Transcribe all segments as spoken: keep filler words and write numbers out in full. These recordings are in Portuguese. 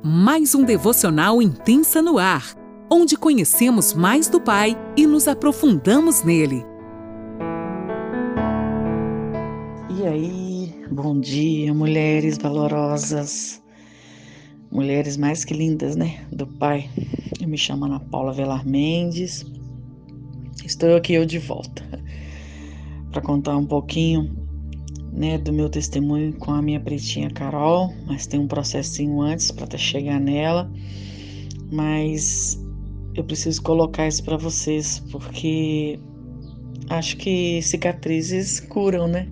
mais um devocional Intensa no Ar, onde conhecemos mais do Pai e nos aprofundamos nele. E aí, bom dia, mulheres valorosas, mulheres mais que lindas, né, do Pai. Eu me chamo Ana Paula Velar Mendes, estou aqui eu de volta para contar um pouquinho, né, do meu testemunho com a minha pretinha Carol, mas tem um processinho antes para até chegar nela, mas eu preciso colocar isso para vocês, porque acho que cicatrizes curam, né?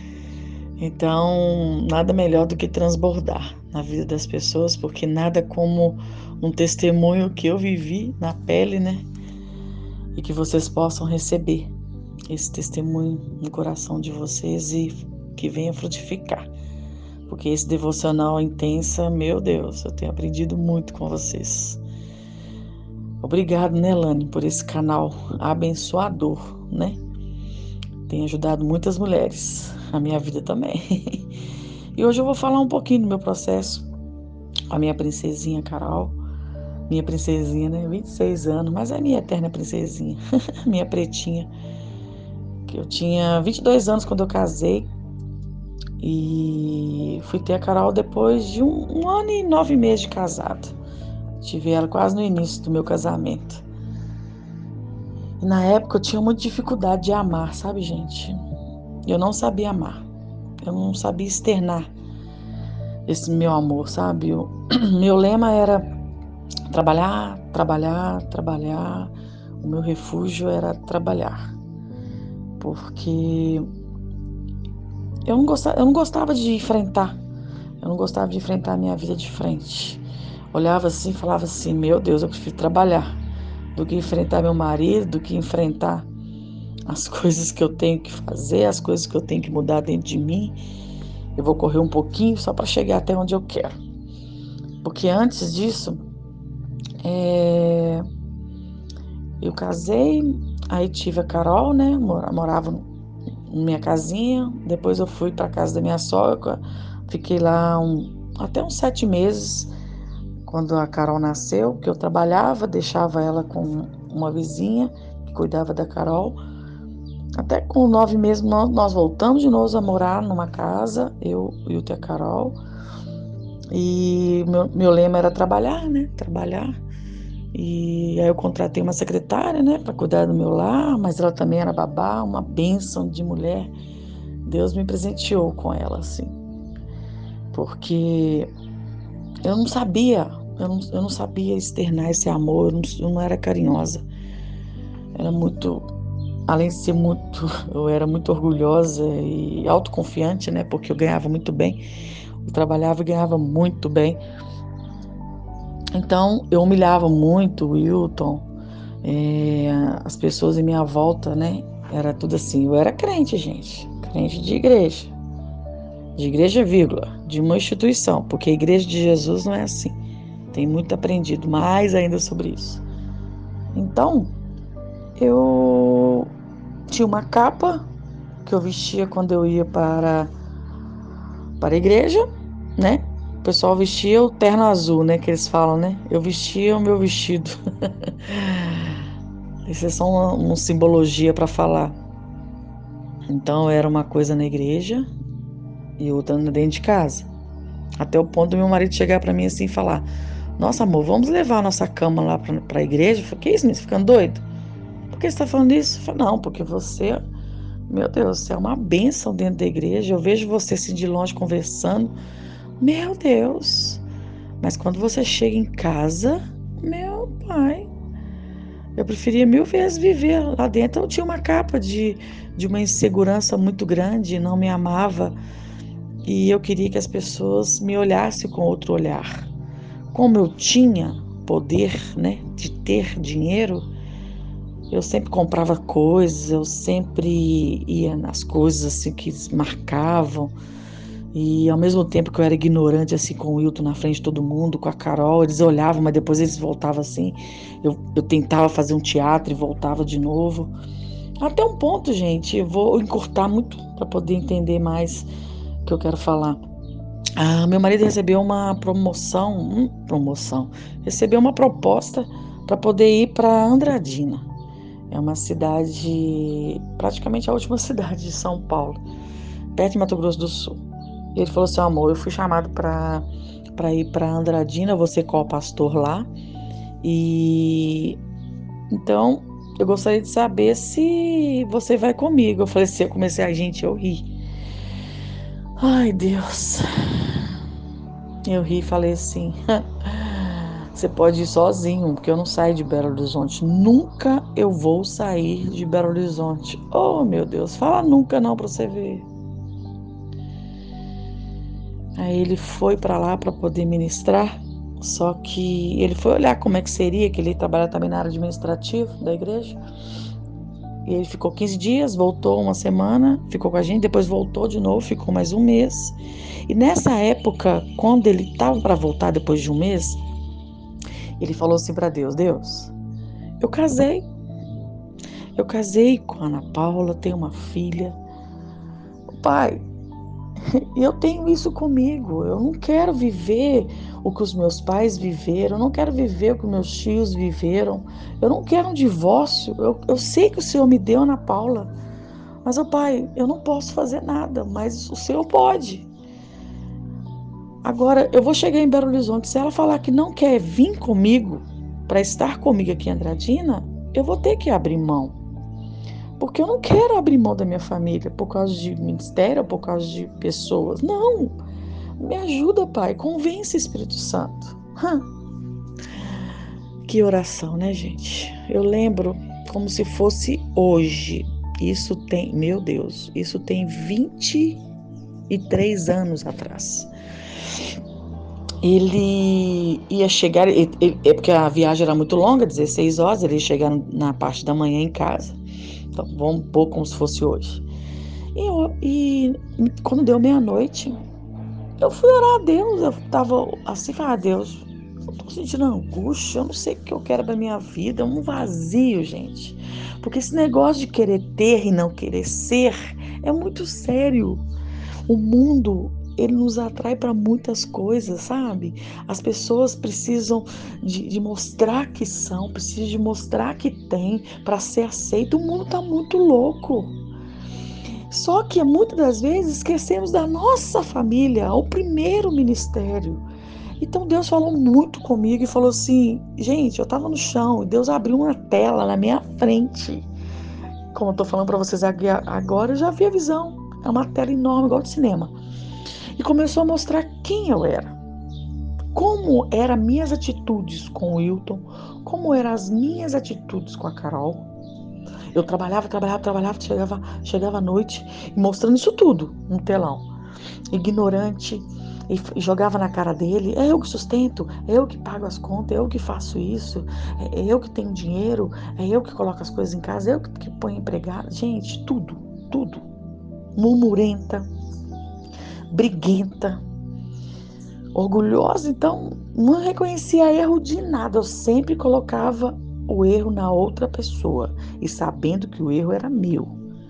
Então, nada melhor do que transbordar na vida das pessoas, porque nada como um testemunho que eu vivi na pele, né? E que vocês possam receber esse testemunho no coração de vocês e que venha frutificar. Porque esse devocional intensa, meu Deus, eu tenho aprendido muito com vocês. Obrigado, né, Lani, por esse canal abençoador, né? Tem ajudado muitas mulheres, a minha vida também. E hoje eu vou falar um pouquinho do meu processo com a minha princesinha Carol. Minha princesinha, né? vinte e seis anos, mas é minha eterna princesinha, minha pretinha. Que eu tinha vinte e dois anos quando eu casei e fui ter a Carol depois de um, um ano e nove meses de casado. Tive ela quase no início do meu casamento. E na época eu tinha muita dificuldade de amar, sabe, gente? Eu não sabia amar. Eu não sabia externar esse meu amor, sabe? O meu lema era trabalhar, trabalhar, trabalhar. O meu refúgio era trabalhar. Porque eu não gostava, eu não gostava de enfrentar. Eu não gostava de enfrentar a minha vida de frente. Olhava assim e falava assim, meu Deus, eu prefiro trabalhar do que enfrentar meu marido, do que enfrentar as coisas que eu tenho que fazer, as coisas que eu tenho que mudar dentro de mim. Eu vou correr um pouquinho só para chegar até onde eu quero. Porque antes disso, é... eu casei, aí tive a Carol, né? Morava na minha casinha. Depois eu fui para casa da minha sogra. Fiquei lá um... até uns sete meses, quando a Carol nasceu, que eu trabalhava, deixava ela com uma vizinha que cuidava da Carol. Até com nove meses nós voltamos de novo a morar numa casa, eu e o Tia Carol. E meu, meu lema era trabalhar, né? Trabalhar. E aí eu contratei uma secretária, né? Para cuidar do meu lar, mas ela também era babá, uma bênção de mulher. Deus me presenteou com ela, assim. Porque eu não sabia, eu não, eu não sabia externar esse amor, eu não, eu não era carinhosa. Era muito... Além de ser muito, eu era muito orgulhosa e autoconfiante, né? Porque eu ganhava muito bem. Eu trabalhava e ganhava muito bem. Então, eu humilhava muito o Wilton, é, as pessoas em minha volta, né? Era tudo assim. Eu era crente, gente. Crente de igreja. De igreja, vírgula. De uma instituição. Porque a igreja de Jesus não é assim. Tem muito aprendido mais ainda sobre isso. Então, eu... tinha uma capa que eu vestia quando eu ia para, para a igreja, né? O pessoal vestia o terno azul, né? Que eles falam, né? Eu vestia o meu vestido. Isso é só uma, uma simbologia para falar. Então era uma coisa na igreja e outra dentro de casa. Até o ponto do meu marido chegar para mim assim e falar: nossa, amor, vamos levar a nossa cama lá para a igreja? Eu falei: que isso, menino? Você ficando doido? Por que você está falando isso? Eu falei: não, porque você... Meu Deus, você é uma bênção dentro da igreja. Eu vejo você assim de longe conversando. Meu Deus. Mas quando você chega em casa, meu pai, eu preferia mil vezes viver lá dentro. Eu tinha uma capa de, de uma insegurança muito grande, não me amava. E eu queria que as pessoas me olhassem com outro olhar. Como eu tinha poder, né, de ter dinheiro, eu sempre comprava coisas, eu sempre ia nas coisas assim que marcavam. E ao mesmo tempo que eu era ignorante assim com o Wilton na frente de todo mundo, com a Carol, eles olhavam, mas depois eles voltavam assim. Eu, eu tentava fazer um teatro e voltava de novo. Até um ponto, gente, eu vou encurtar muito para poder entender mais o que eu quero falar. Ah, meu marido recebeu uma promoção, hum, promoção, recebeu uma proposta para poder ir para Andradina. É uma cidade, praticamente a última cidade de São Paulo, perto de Mato Grosso do Sul. E ele falou assim: amor, eu fui chamado para para ir para Andradina, você co-pastor lá, e então eu gostaria de saber se você vai comigo. Eu falei assim, eu comecei a gente, eu ri. Ai, Deus. Eu ri e falei assim: você pode ir sozinho, porque eu não saio de Belo Horizonte. Nunca eu vou sair de Belo Horizonte. Oh, meu Deus, fala nunca não para você ver. Aí ele foi para lá para poder ministrar, só que ele foi olhar como é que seria, que ele trabalha também na área administrativa da igreja. E ele ficou quinze dias, voltou uma semana, ficou com a gente, depois voltou de novo, ficou mais um mês. E nessa época, quando ele estava para voltar depois de um mês, ele falou assim para Deus: Deus, eu casei. Eu casei com a Ana Paula, tenho uma filha. Pai, e eu tenho isso comigo. Eu não quero viver o que os meus pais viveram. Eu não quero viver o que meus tios viveram. Eu não quero um divórcio. Eu, eu sei que o Senhor me deu, Ana Paula. Mas, oh, pai, eu não posso fazer nada. Mas o Senhor pode. Agora, eu vou chegar em Belo Horizonte. Se ela falar que não quer vir comigo, para estar comigo aqui em Andradina, eu vou ter que abrir mão. Porque eu não quero abrir mão da minha família por causa de ministério ou por causa de pessoas. Não! Me ajuda, Pai. Convence, Espírito Santo. Hum. Que oração, né, gente? Eu lembro como se fosse hoje. Isso tem, meu Deus, isso tem vinte e três anos atrás. Ele ia chegar, ele, ele, é porque a viagem era muito longa, dezesseis horas, ele ia chegar na parte da manhã em casa. Então, vamos pôr como se fosse hoje. E, eu, e quando deu meia-noite, eu fui orar a Deus. Eu tava assim, falei: ah, Deus, eu tô sentindo angústia, eu não sei o que eu quero da minha vida, é um vazio, gente. Porque esse negócio de querer ter e não querer ser é muito sério. O mundo, ele nos atrai para muitas coisas, sabe? As pessoas precisam de, de mostrar que são, precisam de mostrar que tem para ser aceito. O mundo está muito louco. Só que muitas das vezes esquecemos da nossa família, o primeiro ministério. Então Deus falou muito comigo e falou assim, gente, eu estava no chão e Deus abriu uma tela na minha frente. Como eu estou falando para vocês agora, eu já vi a visão. É uma tela enorme, igual de cinema. E começou a mostrar quem eu era. Como eram minhas atitudes com o Wilton, como eram as minhas atitudes com a Carol. Eu trabalhava, trabalhava, trabalhava, chegava, chegava à noite mostrando isso tudo no telão. Ignorante, e jogava na cara dele: é eu que sustento, é eu que pago as contas, é eu que faço isso, é eu que tenho dinheiro, é eu que coloco as coisas em casa, é eu que ponho empregado. Gente, tudo, tudo. Murmurenta, briguenta, orgulhosa. Então, não reconhecia erro de nada. Eu sempre colocava o erro na outra pessoa e sabendo que o erro era meu.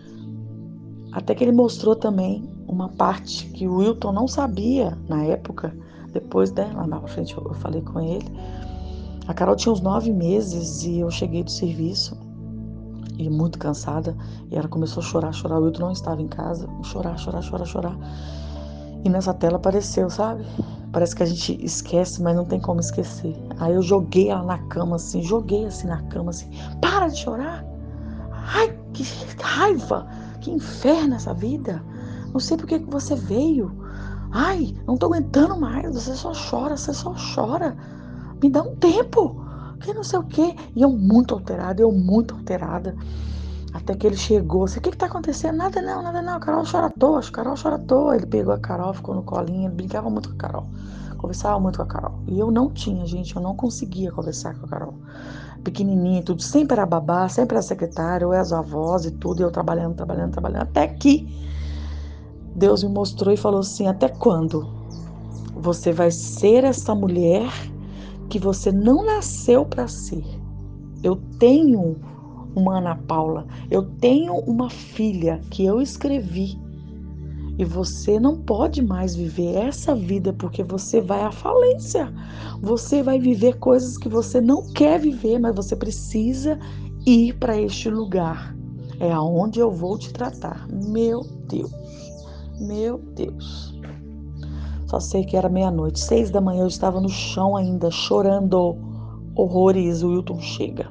Até que ele mostrou também uma parte que o Wilton não sabia na época. Depois, né, lá na frente eu falei com ele. A Carol tinha uns nove meses e eu cheguei do serviço e muito cansada. E ela começou a chorar, chorar. O Wilton não estava em casa. Chorar, chorar, chorar, chorar. E nessa tela apareceu, sabe? Parece que a gente esquece, mas não tem como esquecer. Aí eu joguei ela na cama assim, joguei assim na cama assim. Para de chorar! Ai, que raiva! Que inferno essa vida! Não sei por que que você veio. Ai, não tô aguentando mais. Você só chora, você só chora. Me dá um tempo. Que não sei o quê. E eu muito alterada, eu muito alterada. Até que ele chegou assim: o que que tá acontecendo? Nada não, nada não. A Carol chora à toa, a Carol chora à toa. Ele pegou a Carol, ficou no colinho, ele brincava muito com a Carol. Conversava muito com a Carol. E eu não tinha, gente, eu não conseguia conversar com a Carol. Pequenininha e tudo, sempre era babá, sempre era secretária, eu era as avós e tudo, e eu trabalhando, trabalhando, trabalhando, até que Deus me mostrou e falou assim: até quando você vai ser essa mulher que você não nasceu para ser? Eu tenho uma Ana Paula, eu tenho uma filha que eu escrevi, E você não pode mais viver essa vida porque você vai à falência. Você vai viver coisas que você não quer viver, mas você precisa ir para este lugar. É aonde eu vou te tratar. Meu Deus, meu Deus. Só sei que era meia-noite, seis da manhã, eu estava no chão ainda, chorando horrores. O Wilton chega.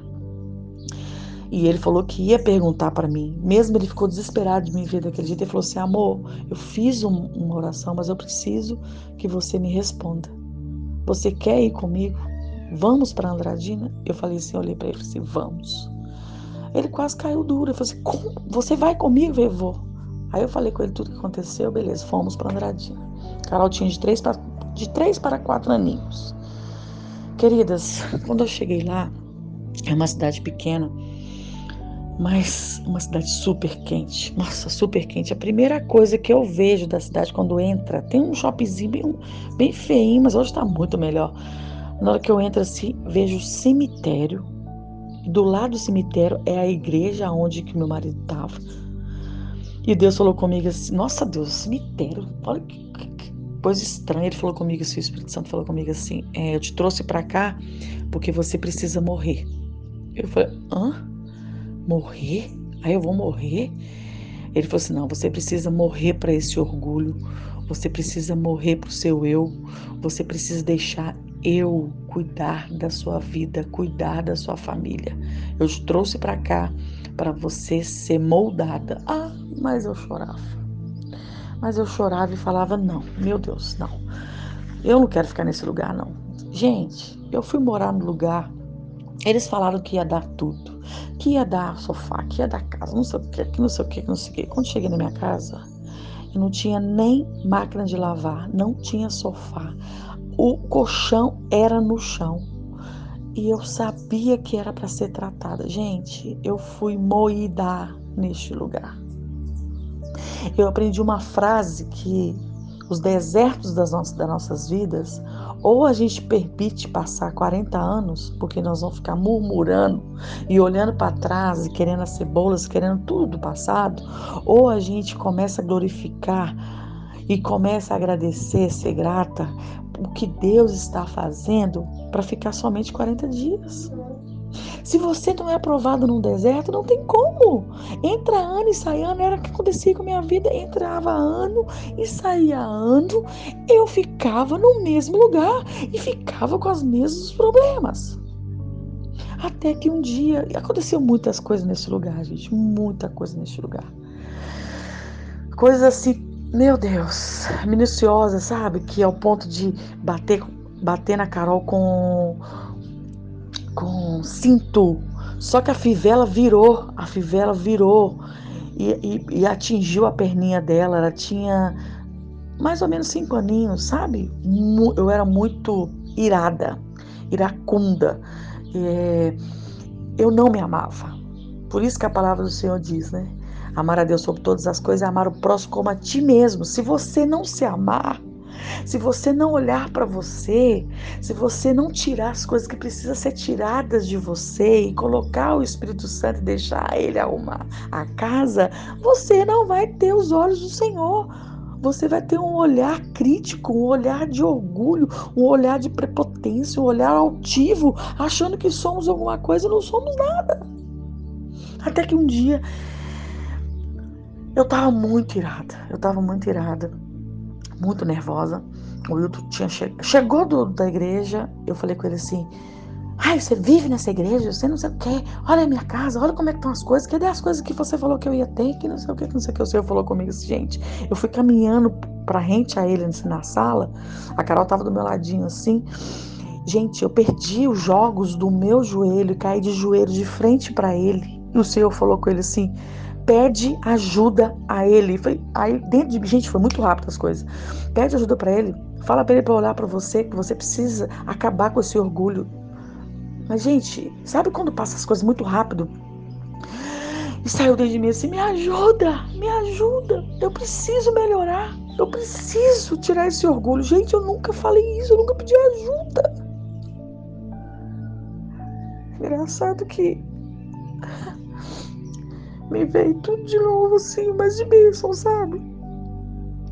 E ele falou que ia perguntar para mim. Mesmo ele ficou desesperado de me ver daquele jeito. Ele falou assim, amor, eu fiz um, uma oração, mas eu preciso que você me responda. Você quer ir comigo? Vamos para Andradina? Eu falei assim, olhei para ele e falei assim, vamos. Ele quase caiu duro. Ele falou assim, como? Você vai comigo? Eu vou. Aí eu falei com ele tudo que aconteceu, beleza, fomos para Andradina. Carol tinha de três, para, de três para quatro aninhos. Queridas, quando eu cheguei lá, é uma cidade pequena, mas uma cidade super quente. Nossa, super quente. A primeira coisa que eu vejo da cidade quando entra, tem um shoppingzinho bem, bem feinho, mas hoje tá muito melhor. Na hora que eu entro assim, vejo o cemitério. E do lado do cemitério é a igreja onde que meu marido tava. E Deus falou comigo assim, nossa Deus, cemitério, olha que, que, que coisa estranha. Ele falou comigo assim, o Espírito Santo falou comigo assim, é, eu te trouxe pra cá porque você precisa morrer. Eu falei, hã? Morrer? Aí eu vou morrer? Ele falou assim, não, você precisa morrer para esse orgulho, você precisa morrer para o seu eu, você precisa deixar eu cuidar da sua vida, cuidar da sua família. Eu te trouxe para cá para você ser moldada. Ah, mas eu chorava. Mas eu chorava e falava, não, meu Deus, não. Eu não quero ficar nesse lugar, não. Gente, eu fui morar no lugar, eles falaram que ia dar tudo, que ia dar sofá, que ia dar casa, não sei o que, que não sei o que, que não sei o que. Quando cheguei na minha casa, eu não tinha nem máquina de lavar, não tinha sofá. O colchão era no chão. E eu sabia que era para ser tratada. Gente, eu fui moída neste lugar. Eu aprendi uma frase que os desertos das nossas, das nossas vidas, ou a gente permite passar quarenta anos, porque nós vamos ficar murmurando e olhando para trás e querendo as cebolas, querendo tudo do passado, ou a gente começa a glorificar e começa a agradecer, ser grata o que Deus está fazendo para ficar somente quarenta dias. Se você não é aprovado num deserto, não tem como. Entra ano e sai ano, era o que acontecia com a minha vida. Entrava ano e saía ano, eu ficava no mesmo lugar e ficava com os mesmos problemas. Até que um dia, aconteceu muitas coisas nesse lugar, gente, muita coisa nesse lugar. Coisas assim, meu Deus, minuciosa, sabe? Que é o ponto de bater, bater na Carol com, com cinto. Só que a fivela virou, a fivela virou e, e, e atingiu a perninha dela. Ela tinha mais ou menos cinco aninhos, sabe? Eu era muito irada, iracunda. É, eu não me amava. Por isso que a palavra do Senhor diz, né? Amar a Deus sobre todas as coisas e amar o próximo como a ti mesmo. Se você não se amar, se você não olhar para você, se você não tirar as coisas que precisam ser tiradas de você e colocar o Espírito Santo e deixar ele arrumar a casa, você não vai ter os olhos do Senhor. Você vai ter um olhar crítico, um olhar de orgulho, um olhar de prepotência, um olhar altivo, achando que somos alguma coisa e não somos nada. Até que um dia eu tava muito irada, eu tava muito irada, muito nervosa. O Wilton tinha che... chegou do, da igreja, eu falei com ele assim, ai, você vive nessa igreja, você não sei o que, olha a minha casa, olha como é que estão as coisas, cadê as coisas que você falou que eu ia ter, que não sei o que, que não sei o que, o Senhor falou comigo assim, gente, eu fui caminhando pra rente a ele assim, na sala, a Carol tava do meu ladinho assim, gente, eu perdi os jogos do meu joelho e caí de joelho de frente pra ele, e o Senhor falou com ele assim, pede ajuda a ele. Falei, aí dentro de mim, gente, foi muito rápido as coisas. Pede ajuda para ele. Fala para ele para olhar para você, que você precisa acabar com esse orgulho. Mas, gente, sabe quando passa as coisas muito rápido? E saiu dentro de mim assim, me ajuda, me ajuda. Eu preciso melhorar. Eu preciso tirar esse orgulho. Gente, eu nunca falei isso, eu nunca pedi ajuda. Engraçado que me veio tudo de novo assim, mas de bênção, sabe?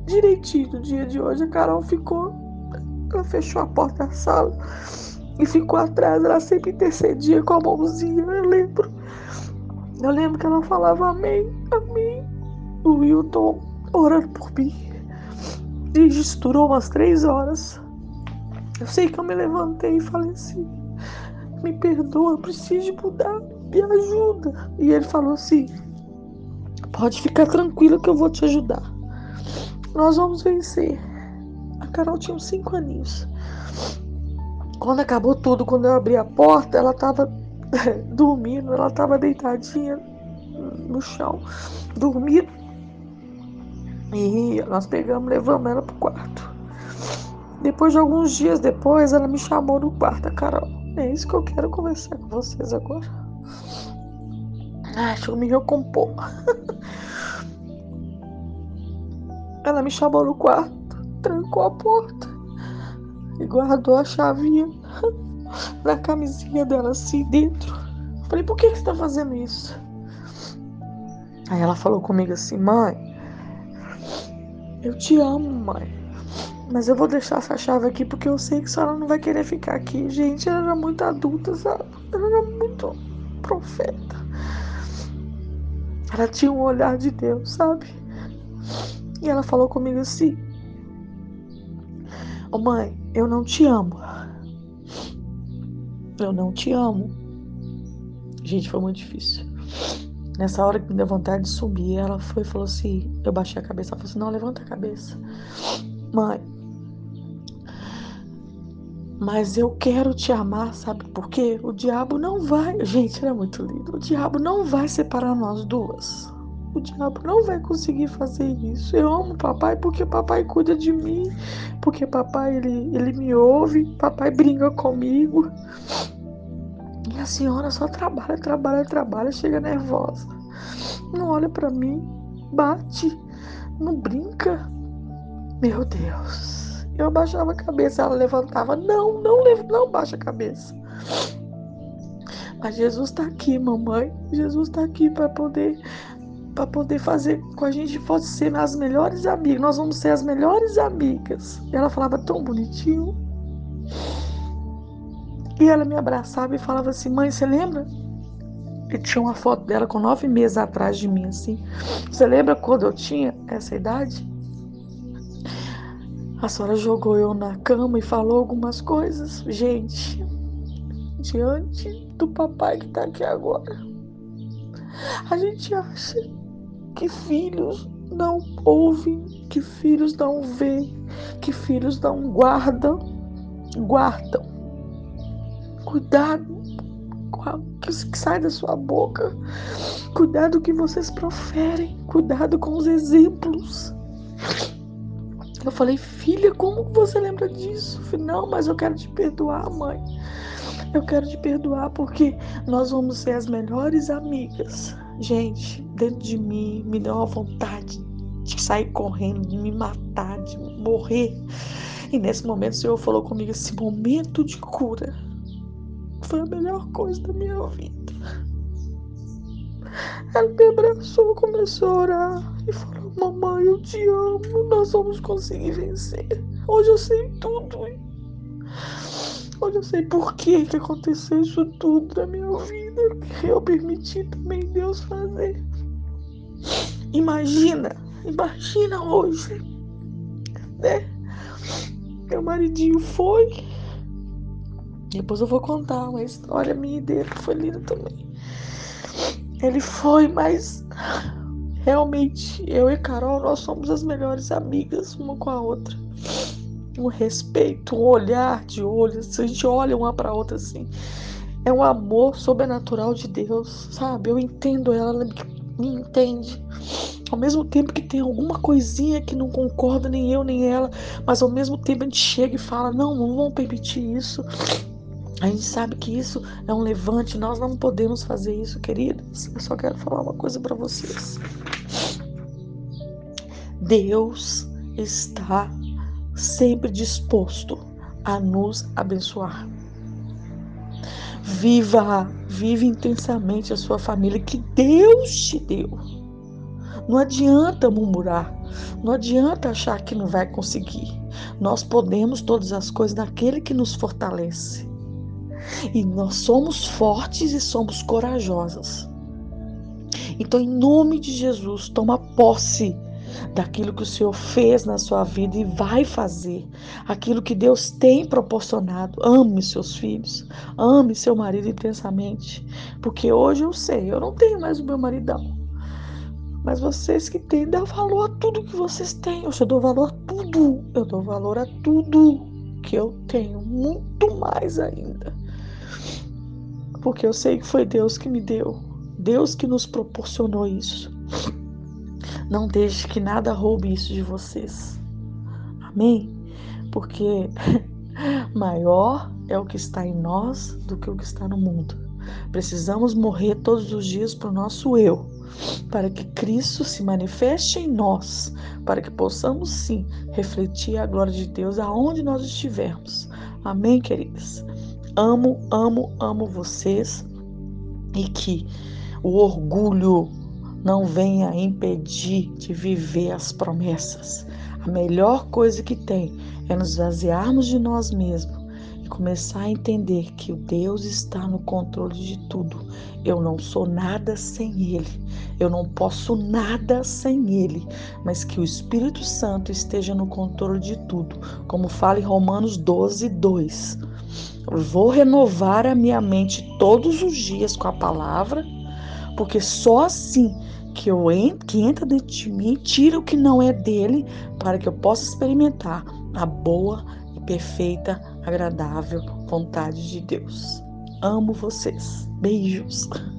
direitinho no dia de hoje. A Carol ficou, ela fechou a porta da sala e ficou atrás. Ela sempre intercedia com a mãozinha, eu lembro. Eu lembro que ela falava amém, amém. O Wilton orando por mim. E isso durou umas três horas. Eu sei que eu me levantei e falei assim: me perdoa, eu preciso mudar, me ajuda. E ele falou assim: pode ficar tranquilo que eu vou te ajudar. Nós vamos vencer. A Carol tinha uns cinco aninhos. Quando acabou tudo, quando eu abri a porta, ela estava dormindo, ela estava deitadinha no chão, dormindo. E nós pegamos, levamos ela pro quarto. Depois de alguns dias depois, ela me chamou no quarto, a Carol. É isso que eu quero conversar com vocês agora. Ah, deixa eu me recompor. Ela me chamou no quarto, trancou a porta e guardou a chavinha na camisinha dela assim dentro. Falei: por que, que você tá fazendo isso? Aí ela falou comigo assim: mãe, eu te amo, mãe, mas eu vou deixar essa chave aqui porque eu sei que a senhora não vai querer ficar aqui. Gente, ela era muito adulta, sabe? Ela era muito profeta. Ela tinha um olhar de Deus, sabe? E ela falou comigo assim: ô oh, mãe, eu não te amo. Eu não te amo. Gente, foi muito difícil. Nessa hora que me deu vontade de subir, ela foi e falou assim, eu baixei a cabeça, ela falou assim: não, levanta a cabeça. Mãe, mas eu quero te amar, sabe por quê? O diabo não vai... Gente, era muito lindo. O diabo não vai separar nós duas. O diabo não vai conseguir fazer isso. Eu amo papai porque papai cuida de mim, porque papai, ele, ele me ouve, papai brinca comigo. E a senhora só trabalha, trabalha, trabalha, chega nervosa. Não olha pra mim, bate, não brinca. Meu Deus. Eu abaixava a cabeça, ela levantava. Não, não, não baixa a cabeça. Mas Jesus tá aqui, mamãe. Jesus tá aqui para poder, para poder fazer com a gente pode ser as melhores amigas. Nós vamos ser as melhores amigas. E ela falava tão bonitinho. E ela me abraçava e falava assim: mãe, você lembra? E tinha uma foto dela com nove meses atrás de mim, assim. Você lembra quando eu tinha essa idade? A senhora jogou eu na cama e falou algumas coisas. Gente, diante do papai que tá aqui agora, a gente acha que filhos não ouvem, que filhos não veem, que filhos não guardam. Guardam. Cuidado com o que sai da sua boca. Cuidado com o que vocês proferem. Cuidado com os exemplos. Eu falei: filha, como você lembra disso? Eu falei: não, mas eu quero te perdoar, mãe. Eu quero te perdoar porque nós vamos ser as melhores amigas. Gente, dentro de mim me deu uma vontade de sair correndo, de me matar, de morrer. E nesse momento o Senhor falou comigo: esse momento de cura foi a melhor coisa da minha vida. Ela me abraçou, começou a orar e falou: mamãe, eu te amo, nós vamos conseguir vencer. Hoje eu sei tudo. Hoje eu sei por que que aconteceu isso tudo na minha vida. Eu permiti também Deus fazer. Imagina, imagina hoje, né? Meu maridinho foi. Depois eu vou contar uma história minha e dele que foi linda também. Ele foi, mas realmente eu e Carol, nós somos as melhores amigas uma com a outra. Um respeito, um olhar de olho, se a gente olha uma pra outra assim, é um amor sobrenatural de Deus, sabe? Eu entendo ela, ela me entende. Ao mesmo tempo que tem alguma coisinha que não concorda, nem eu nem ela, mas ao mesmo tempo a gente chega e fala: não, não vamos permitir isso. A gente sabe que isso é um levante, nós não podemos fazer isso, queridas. Eu só quero falar uma coisa para vocês. Deus está sempre disposto a nos abençoar. Viva, vive intensamente a sua família que Deus te deu. Não adianta murmurar, Não adianta achar que não vai conseguir. Nós podemos todas as coisas naquele que nos fortalece. E nós somos fortes e somos corajosas. Então, em nome de Jesus, toma posse daquilo que o Senhor fez na sua vida e vai fazer. Aquilo que Deus tem proporcionado. Ame seus filhos. Ame seu marido intensamente. Porque hoje eu sei, eu não tenho mais o meu maridão. Mas vocês que têm, dá valor a tudo que vocês têm. Eu dou valor a tudo. Eu dou valor a tudo que eu tenho. Muito mais ainda. Porque eu sei que foi Deus que me deu. Deus que nos proporcionou isso. Não deixe que nada roube isso de vocês. Amém? Porque maior é o que está em nós do que o que está no mundo. Precisamos morrer todos os dias para o nosso eu, para que Cristo se manifeste em nós, para que possamos sim refletir a glória de Deus aonde nós estivermos. Amém, queridas? Amo, amo, amo vocês e que o orgulho não venha impedir de viver as promessas. A melhor coisa que tem é nos esvaziarmos de nós mesmos e começar a entender que o Deus está no controle de tudo. Eu não sou nada sem Ele, eu não posso nada sem Ele, mas que o Espírito Santo esteja no controle de tudo, como fala em Romanos doze, dois. Vou renovar a minha mente todos os dias com a palavra, porque só assim que, eu en- que entra dentro de mim, tira o que não é dele, para que eu possa experimentar a boa e perfeita, agradável vontade de Deus. Amo vocês. Beijos.